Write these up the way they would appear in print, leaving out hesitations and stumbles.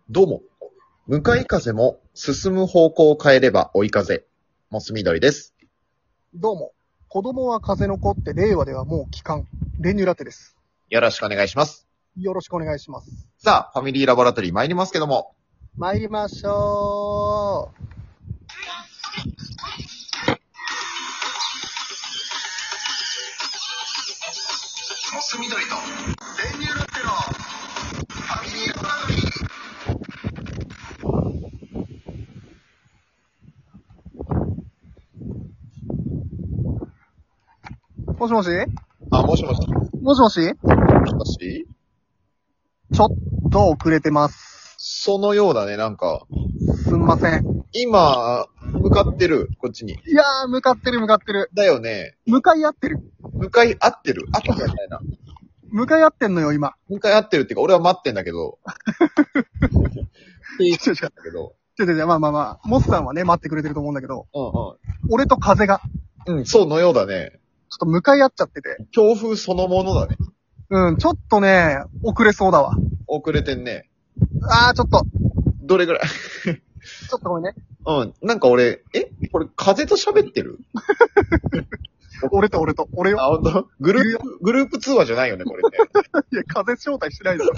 どうも。向かい風も進む方向を変えれば追い風。モス緑です。 どうも。子供は風の子って令和ではもう聞かん。練乳ラテです。 よろしくお願いします。 よろしくお願いします。 さあ、ファミリーラボラトリー参りますけども。 参りましょう。 モス緑と練乳ラテのファミリーラボラトリー。 もしもしあ、もしもし。 もしもし私ちょっと遅れてます。 そのようだね、なんか。 すんません。 今、向かってる、こっちに。 いやー、向かってる。 だよね。 向かい合ってる。 向かい合ってる。合ってるみたいな。 向かい合ってんのよ、今。 向かい合ってるっていうか、俺は待ってんだけど。 違う違う。 だけど。 まあ。モスさんはね、待ってくれてると思うんだけど、 うん俺と風が、 うん。うん、そうのようだね。 ちょっと向かい合っちゃってて。 強風そのものだね。 うん、ちょっとね、遅れそうだわ。 遅れてんね。 ちょっとどれぐらいごめんね。 うん。なんか俺、これ風と喋ってる俺よ。 あ、ほんとグループ通話じゃないよね、これね。 いや、風招待してないだろ。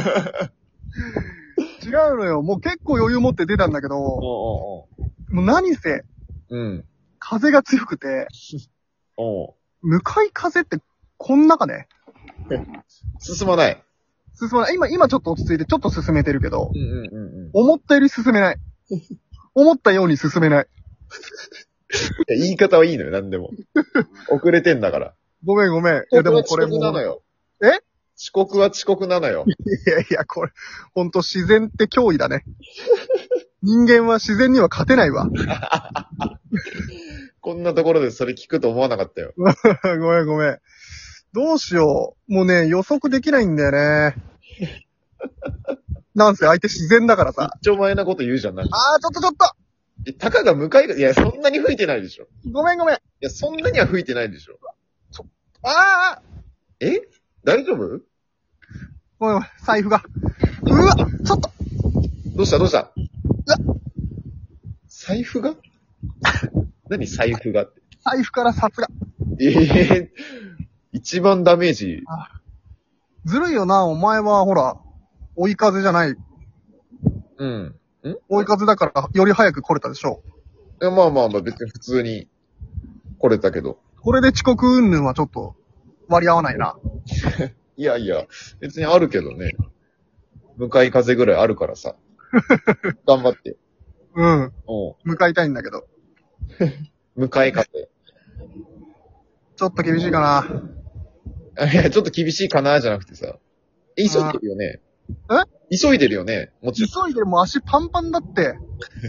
違うのよ。もう結構余裕持って出たんだけど、もう何せ、 うん。 風が強くて、 おう向かい風ってこん中ね、 進まない。 進まない。今ちょっと落ち着いてちょっと進めてるけど、 うん。 思ったより進めない。思ったように進めない。 言い方はいいのよ、なんでも。遅れてんだから。 ごめん。いや、でもこれも。 遅刻なのよ。 え遅刻は遅刻なのよ。 いや、これ、ほんと自然って脅威だね。人間は自然には勝てないわ。 こんなところでそれ聞くと思わなかったよ。 ごめん。どうしよう。もうね、予測できないんだよね。なんせ相手自然だからさ。 一丁前なこと言うじゃん、なんか。 ちょっとたかが向かいが、いや、そんなに吹いてないでしょ。 ごめん。 いや、そんなには吹いてないでしょ。大丈夫ごめん、財布が。うわちょっとどうした財布が何財布がって。 財布から札が。 一番ダメージ。 ずるいよな、お前はほら、追い風じゃない。 うん。 追い風だから、より早く来れたでしょ。 いや、まあ、別に普通に来れたけど。 これで遅刻云々はちょっと、割り合わないな。 いや、別にあるけどね。向かい風ぐらいあるからさ。頑張って。 うん。 おう向かいたいんだけど。 向かい風。 ちょっと厳しいかいや、ちょっと厳しいかなじゃなくてさ。急いでるよね。急いでるよね。もな。 ちろん。 急いでもう足パンパンだって。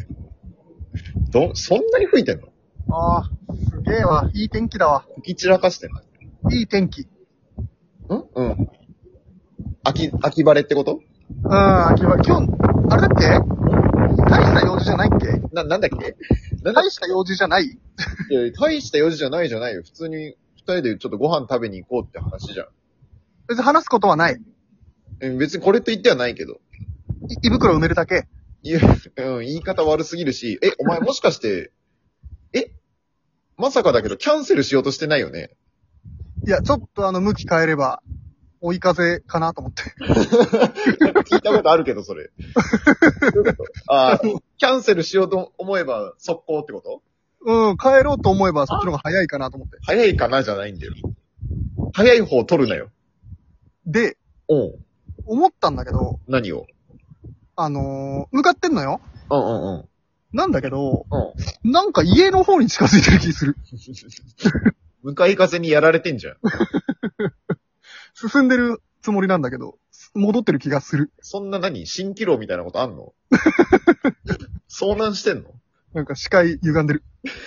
そんなに吹いてんの？ すげえわ。いい天気だわ。 吹き散らかしてんの？ いい天気。 うん。秋晴れってこと？ 秋は、今日、あれだっけ大した用事じゃないっけなんだっけ大した用事じゃないいや、大した用事じゃないじゃないよ。普通に二人でちょっとご飯食べに行こうって話じゃん。 別に話すことはない。 別にこれと言ってはないけど。 胃袋埋めるだけ。 いや、言い方悪すぎるし、お前もしかして、まさかだけどキャンセルしようとしてないよね。 いや、ちょっと向き変えれば、追い風かなと思って。 聞いたことあるけど、それ。キャンセルしようと思えば速攻ってこと？ 帰ろうと思えばそっちの方が早いかなと思って。 早いかなじゃないんだよ。早い方取るなよ。 で、思ったんだけど、 何を？ 向かってんのよ。なんだけど、なんか家の方に近づいてる気する。 向かい風にやられてんじゃん。 進んでるつもりなんだけど、戻ってる気がする。 そんな蜃気楼みたいなことあんの？遭難してんの？ なんか視界歪んでる。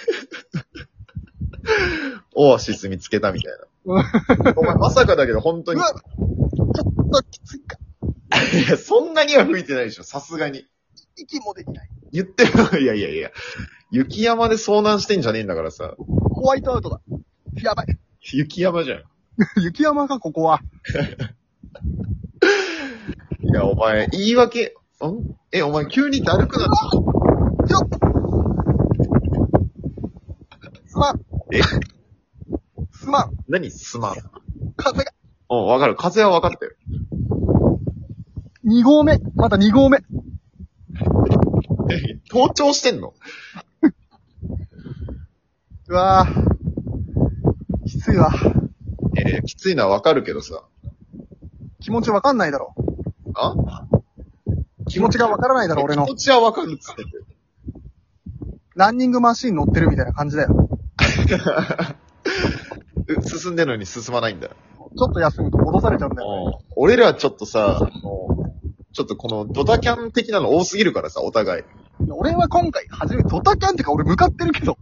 オアシス見つけたみたいな。お前まさかだけど本当に。 ちょっときついか。 いや、そんなには吹いてないでしょ、さすがに。 息もできない。 言ってる。いや。雪山で遭難してんじゃねえんだからさ。 ホワイトアウトだ。やばい。 雪山じゃん。 雪山か、ここは。 いや、お前、言い訳、 お前急にだるくなった。 よっすまん。すまん。 何すまん。 風が。 わかる。風はわかったよ。 2号目。また2号目。 盗聴してんの？ うわぁ。きついわ。 きついのはわかるけどさ。 気持ちわかんないだろ。気持ちがわからないだろ、俺の。 気持ちはわかるっつってて。 ランニングマシーン乗ってるみたいな感じだよ。 進んでるのに進まないんだ。 ちょっと休むと戻されちゃうんだよ。 俺らちょっとさ、ちょっとこのドタキャン的なの多すぎるからさ、お互い。 俺は今回初めドタキャンってか俺向かってるけど。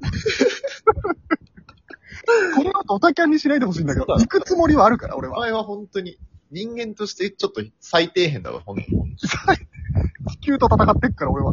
これはドタキャンにしないでほしいんだけど、行くつもりはあるから、俺は。 お前は本当に、人間としてちょっと最底辺だわ、本当に。 地球と戦ってっから、俺は。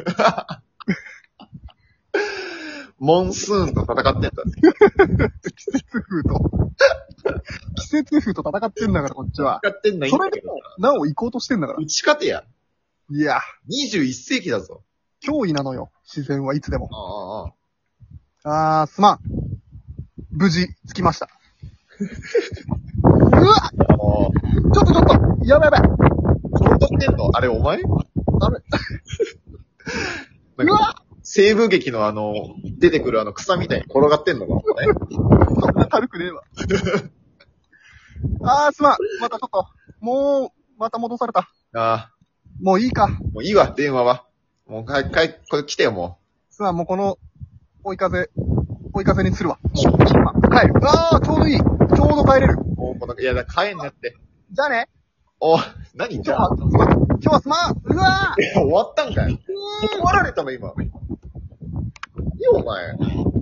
モンスーンと戦ってんだ。 季節風と。季節風と戦ってんだから、こっちは。 戦ってんないんそだけどれでも、なお行こうとしてんだから。 打ち勝てや。 いや、 21世紀だぞ。 脅威なのよ、自然はいつでも。すまん。無事、着きました。うわちょっと、やばい。 転がってんのあれお前あれうわ西部劇の出てくる草みたいに転がってんのかお前そんな軽くねえわ。すまん。またちょっと、また戻された。もういいか。 もういいわ、電話は。もうこれ来てよ、もう。すまん、もうこの、追い風にするわ。帰る。ちょうどいい。ちょうど帰れる。 いや、帰んなって。 じゃあね。 何じゃあ。 今日はすまん。うわいや、終わったんかい。終わられたの、今。いいよ、お前。